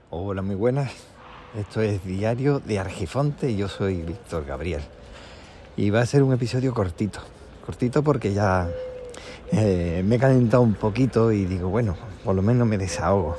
Hola, muy buenas. Esto es Diario de Argifonte y yo soy Víctor Gabriel. Y va a ser un episodio cortito porque ya me he calentado un poquito y digo, bueno, por lo menos me desahogo.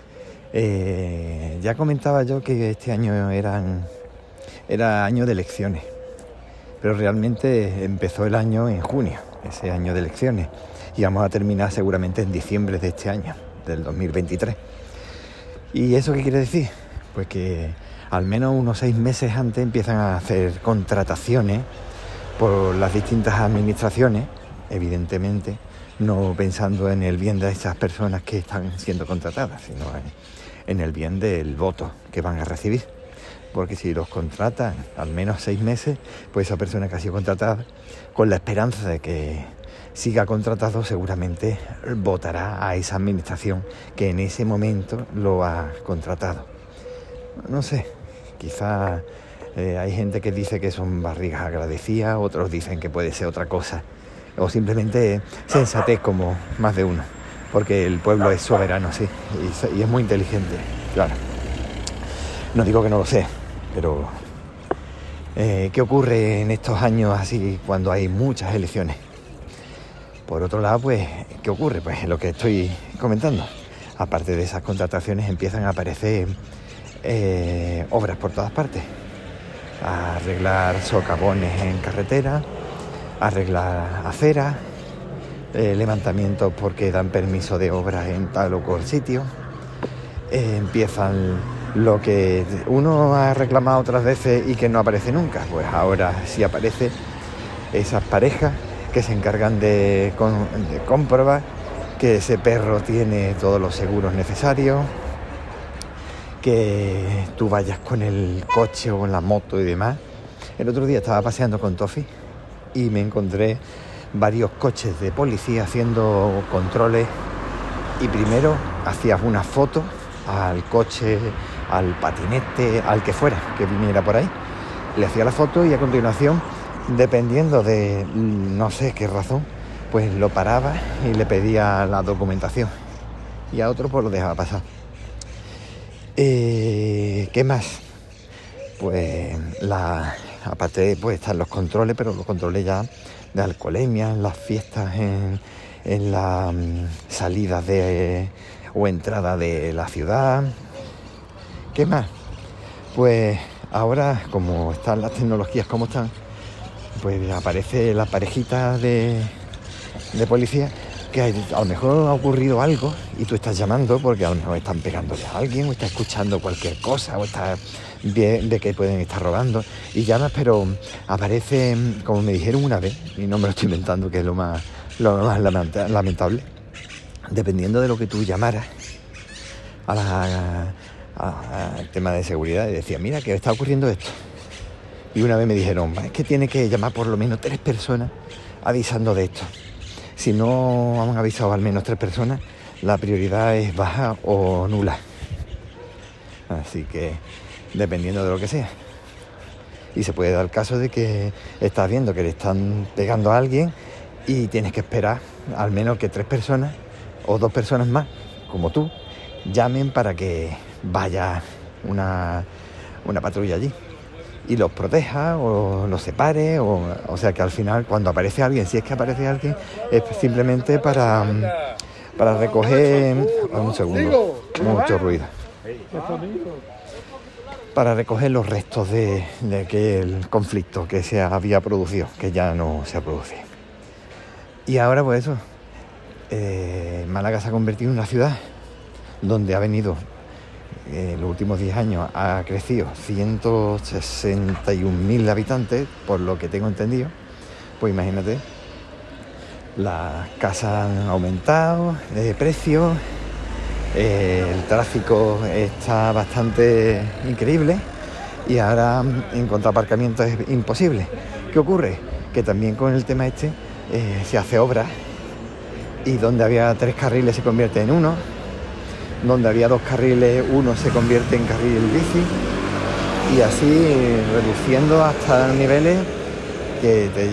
Ya comentaba yo que este año era año de elecciones, pero realmente empezó el año en junio, ese año de elecciones, y vamos a terminar seguramente en diciembre de este año, del 2023. ¿Y eso qué quiere decir? Pues que al menos unos 6 meses antes empiezan a hacer contrataciones por las distintas administraciones, evidentemente no pensando en el bien de esas personas que están siendo contratadas, sino en el bien del voto que van a recibir. Porque si los contratan al menos 6 meses, pues esa persona que ha sido contratada, con la esperanza de que siga contratado, seguramente votará a esa administración que en ese momento lo ha contratado. No sé, quizá hay gente que dice que son barrigas agradecidas, otros dicen que puede ser otra cosa, o simplemente sensatez, como más de uno, porque el pueblo es soberano, sí, y es muy inteligente, claro. No digo que no lo sea, pero ¿qué ocurre en estos años así cuando hay muchas elecciones? Por otro lado, pues, ¿qué ocurre? Pues lo que estoy comentando. Aparte de esas contrataciones, empiezan a aparecer obras por todas partes. A arreglar socavones en carretera, arreglar aceras, levantamientos porque dan permiso de obras en tal o cual sitio. Empiezan lo que uno ha reclamado otras veces y que no aparece nunca. Pues ahora sí aparece esas parejas que se encargan de comprobar que ese perro tiene todos los seguros necesarios, que tú vayas con el coche o con la moto y demás. El otro día estaba paseando con Tofi y me encontré varios coches de policía haciendo controles, y primero hacías una foto al coche, al patinete, al que fuera que viniera por ahí, le hacía la foto y a continuación, dependiendo de no sé qué razón, pues lo paraba y le pedía la documentación, y a otro pues lo dejaba pasar. ¿Qué más? Pues aparte pues están los controles, pero los controles ya de alcoholemia, en las fiestas, en la salida o entrada de la ciudad. ¿Qué más? Pues ahora, como están las tecnologías como están, pues aparece la parejita de policía, que a lo mejor ha ocurrido algo y tú estás llamando porque a lo mejor están pegándole a alguien o estás escuchando cualquier cosa o estás de que pueden estar robando y llamas, pero aparece, como me dijeron una vez, y no me lo estoy inventando, que es lo más lamentable, dependiendo de lo que tú llamaras al tema de seguridad, y decía, mira que está ocurriendo esto. Y una vez me dijeron, es que tiene que llamar por lo menos 3 personas avisando de esto. Si no han avisado al menos 3 personas, la prioridad es baja o nula. Así que, dependiendo de lo que sea. Y se puede dar el caso de que estás viendo que le están pegando a alguien y tienes que esperar al menos que 3 personas o 2 personas más, como tú, llamen para que vaya una patrulla allí y los proteja o los separe, o sea que al final cuando aparece alguien, si es que aparece alguien, es simplemente para recoger, un segundo, mucho ruido, para recoger los restos de aquel conflicto que se había producido, que ya no se ha producido. Y ahora pues eso, Málaga se ha convertido en una ciudad donde ha venido, en los últimos 10 años ha crecido 161.000 habitantes, por lo que tengo entendido. Pues imagínate, las casas han aumentado de precio, el tráfico está bastante increíble y ahora encontrar aparcamiento es imposible. ¿Qué ocurre? Que también con el tema se hace obra, y donde había 3 carriles se convierte en 1, donde había 2 carriles, 1 se convierte en carril bici, y así reduciendo hasta niveles que te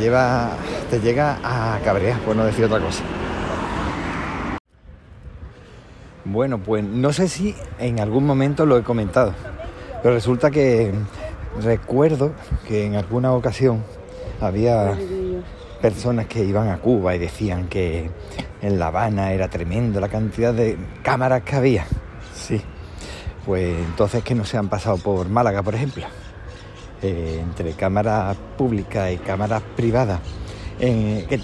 llega a cabrear, por no decir otra cosa. Bueno, pues no sé si en algún momento lo he comentado, pero resulta que recuerdo que en alguna ocasión había personas que iban a Cuba y decían que en La Habana era tremendo la cantidad de cámaras que había. Sí, pues entonces que no se han pasado por Málaga, por ejemplo. Entre cámaras públicas y cámaras privadas. Que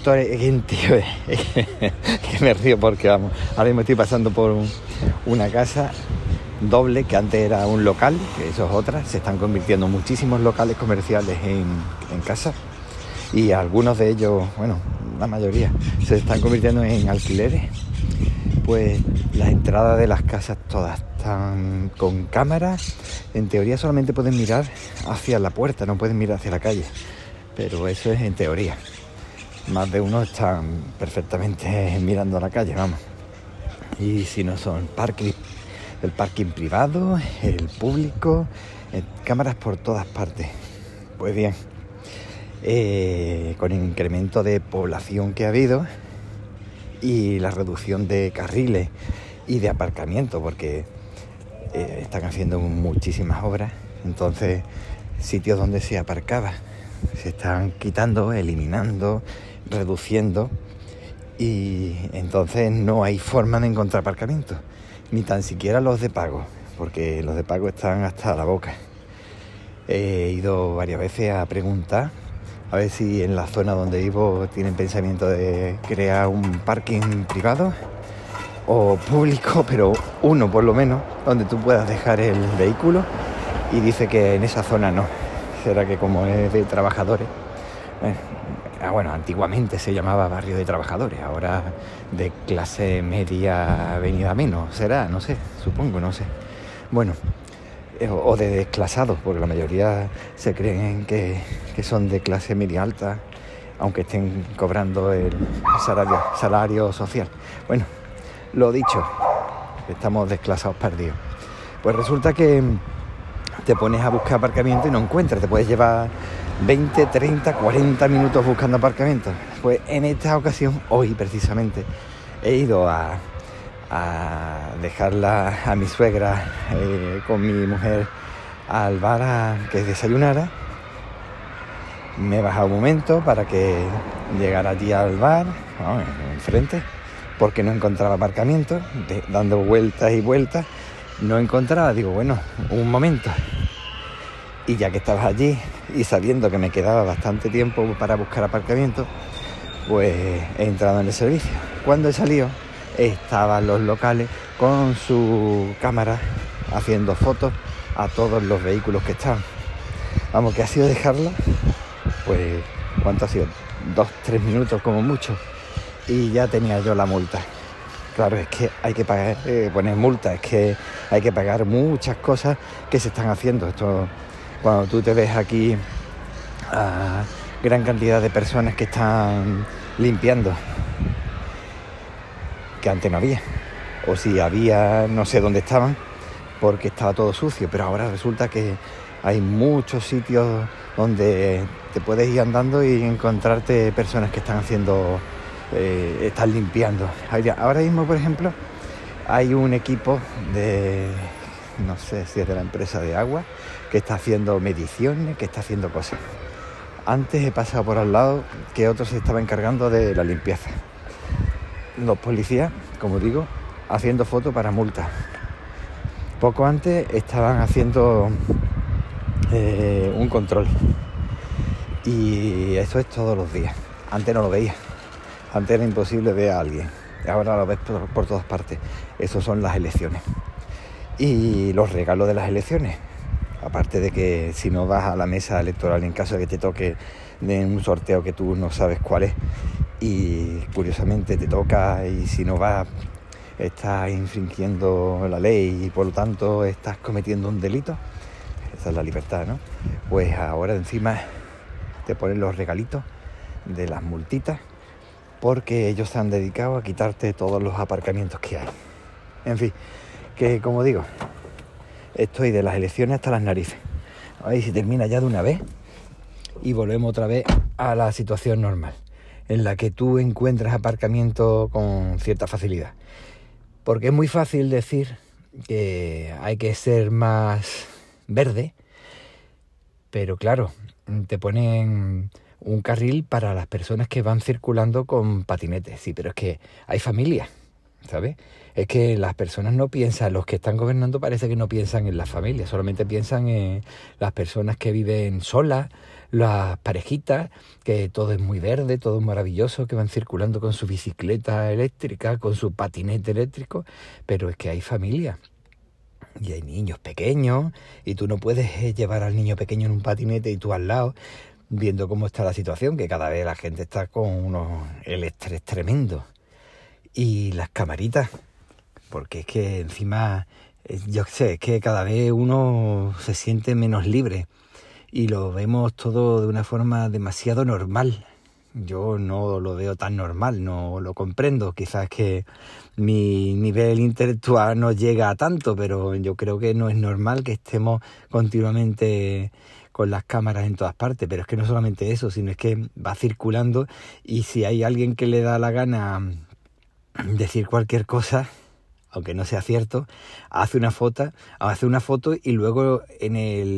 me río porque vamos, ahora mismo estoy pasando por una casa doble que antes era un local, que eso es otra, se están convirtiendo muchísimos locales comerciales en casas, y algunos de ellos, bueno, la mayoría, se están convirtiendo en alquileres. Pues las entradas de las casas todas están con cámaras. En teoría solamente pueden mirar hacia la puerta, no pueden mirar hacia la calle, pero eso es en teoría. Más de uno están perfectamente mirando a la calle, vamos. Y si no son el parking privado, el público, cámaras por todas partes. Pues bien, con el incremento de población que ha habido y la reducción de carriles y de aparcamiento, porque están haciendo muchísimas obras, entonces sitios donde se aparcaba se están quitando, eliminando, reduciendo, y entonces no hay forma de encontrar aparcamiento, ni tan siquiera los de pago, porque los de pago están hasta la boca. He ido varias veces a preguntar a ver si en la zona donde vivo tienen pensamiento de crear un parking privado o público, pero uno por lo menos, donde tú puedas dejar el vehículo, y dice que en esa zona no. Será que como es de trabajadores, bueno, antiguamente se llamaba barrio de trabajadores, ahora de clase media venida menos, será, no sé, supongo, no sé. Bueno, o de desclasados, porque la mayoría se creen que son de clase media alta, aunque estén cobrando el salario social. Bueno, lo dicho, estamos desclasados perdidos. Pues resulta que te pones a buscar aparcamiento y no encuentras, te puedes llevar 20, 30, 40 minutos buscando aparcamiento. Pues en esta ocasión, hoy precisamente, he ido a dejarla a mi suegra con mi mujer al bar a que desayunara. Me he bajado un momento para que llegara allí al bar, enfrente, porque no encontraba aparcamiento, dando vueltas y vueltas, no encontraba. Digo, bueno, un momento. Y ya que estabas allí y sabiendo que me quedaba bastante tiempo para buscar aparcamiento, pues he entrado en el servicio. Cuando he salido, estaban los locales con su cámara haciendo fotos a todos los vehículos que estaban. Vamos, que ha sido dejarla, pues, ¿cuánto ha sido? 2-3 minutos como mucho, y ya tenía yo la multa. Claro, es que hay que pagar, poner multa, es que hay que pagar muchas cosas que se están haciendo. Esto, cuando tú te ves aquí a gran cantidad de personas que están limpiando, que antes no había, o si había, no sé dónde estaban, porque estaba todo sucio, pero ahora resulta que hay muchos sitios donde te puedes ir andando y encontrarte personas que están haciendo, están limpiando. Ahora mismo, por ejemplo, hay un equipo de, no sé si es de la empresa de agua, que está haciendo mediciones, que está haciendo cosas. Antes he pasado por al lado que otros se estaban encargando de la limpieza. Los policías, como digo, haciendo fotos para multas. Poco antes estaban haciendo un control. Y eso es todos los días. Antes no lo veía. Antes era imposible ver a alguien. Ahora lo ves por todas partes. Eso son las elecciones. Y los regalos de las elecciones. Aparte de que si no vas a la mesa electoral en caso de que te toque de un sorteo que tú no sabes cuál es, y curiosamente te toca, y si no vas estás infringiendo la ley y por lo tanto estás cometiendo un delito. Esa es la libertad, ¿no? Pues ahora encima te ponen los regalitos de las multitas, porque ellos se han dedicado a quitarte todos los aparcamientos que hay. En fin, que como digo, estoy de las elecciones hasta las narices. A ver si termina ya de una vez y volvemos otra vez a la situación normal, en la que tú encuentras aparcamiento con cierta facilidad. Porque es muy fácil decir que hay que ser más verde, pero claro, te ponen un carril para las personas que van circulando con patinetes. Sí, pero es que hay familias, ¿sabes? Es que las personas no piensan, los que están gobernando parece que no piensan en las familias, solamente piensan en las personas que viven solas, las parejitas, que todo es muy verde, todo es maravilloso, que van circulando con su bicicleta eléctrica, con su patinete eléctrico, pero es que hay familias. Y hay niños pequeños, y tú no puedes llevar al niño pequeño en un patinete y tú al lado, viendo cómo está la situación, que cada vez la gente está con el estrés tremendo. Y las camaritas, porque es que encima, yo sé, es que cada vez uno se siente menos libre y lo vemos todo de una forma demasiado normal. Yo no lo veo tan normal, no lo comprendo. Quizás que mi nivel intelectual no llega a tanto, pero yo creo que no es normal que estemos continuamente con las cámaras en todas partes. Pero es que no solamente eso, sino es que va circulando, y si hay alguien que le da la gana decir cualquier cosa, aunque no sea cierto, hace una foto y luego en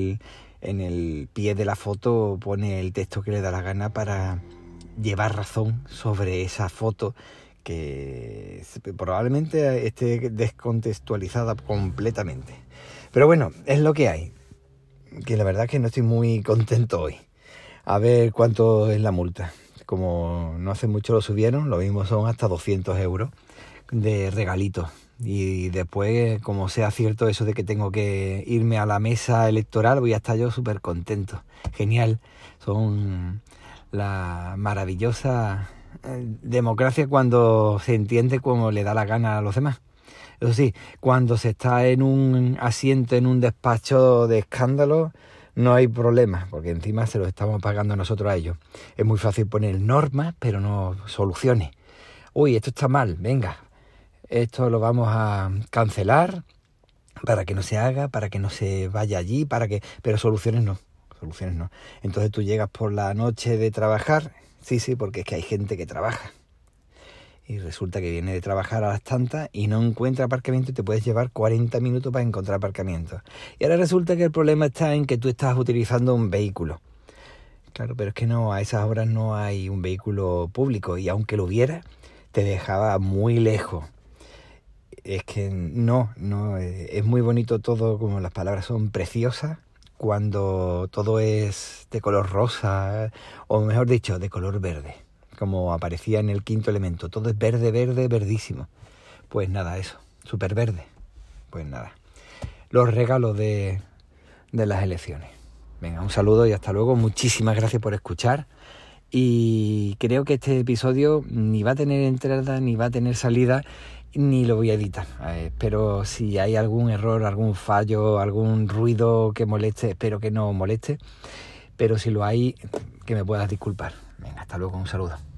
el pie de la foto pone el texto que le da la gana para llevar razón sobre esa foto, que probablemente esté descontextualizada completamente. Pero bueno, es lo que hay, que la verdad es que no estoy muy contento hoy. A ver cuánto es la multa. Como no hace mucho lo subieron, lo mismo son hasta 200 euros de regalitos. Y después, como sea cierto eso de que tengo que irme a la mesa electoral, voy a estar yo súper contento. Genial. Son la maravillosa democracia cuando se entiende como le da la gana a los demás. Eso sí, cuando se está en un asiento, en un despacho de escándalo, no hay problema, porque encima se lo estamos pagando nosotros a ellos. Es muy fácil poner normas, pero no soluciones. Uy, esto está mal, venga, esto lo vamos a cancelar para que no se haga, para que no se vaya allí, pero soluciones no. Entonces tú llegas por la noche de trabajar, sí, porque es que hay gente que trabaja. Y resulta que viene de trabajar a las tantas y no encuentra aparcamiento, y te puedes llevar 40 minutos para encontrar aparcamiento. Y ahora resulta que el problema está en que tú estás utilizando un vehículo. Claro, pero es que no, a esas horas no hay un vehículo público, y aunque lo hubiera, te dejaba muy lejos. Es que no, es muy bonito todo, como las palabras son preciosas, cuando todo es de color rosa, o mejor dicho, de color verde, como aparecía en el Quinto Elemento. Todo es verde, verdísimo. Pues nada, eso, súper verde. Pues nada, los regalos de las elecciones. Venga, un saludo y hasta luego. Muchísimas gracias por escuchar. Y creo que este episodio ni va a tener entrada, ni va a tener salida, ni lo voy a editar. Espero, si hay algún error, algún fallo, algún ruido que moleste, espero que no moleste. Pero si lo hay, que me puedas disculpar. Venga, hasta luego, un saludo.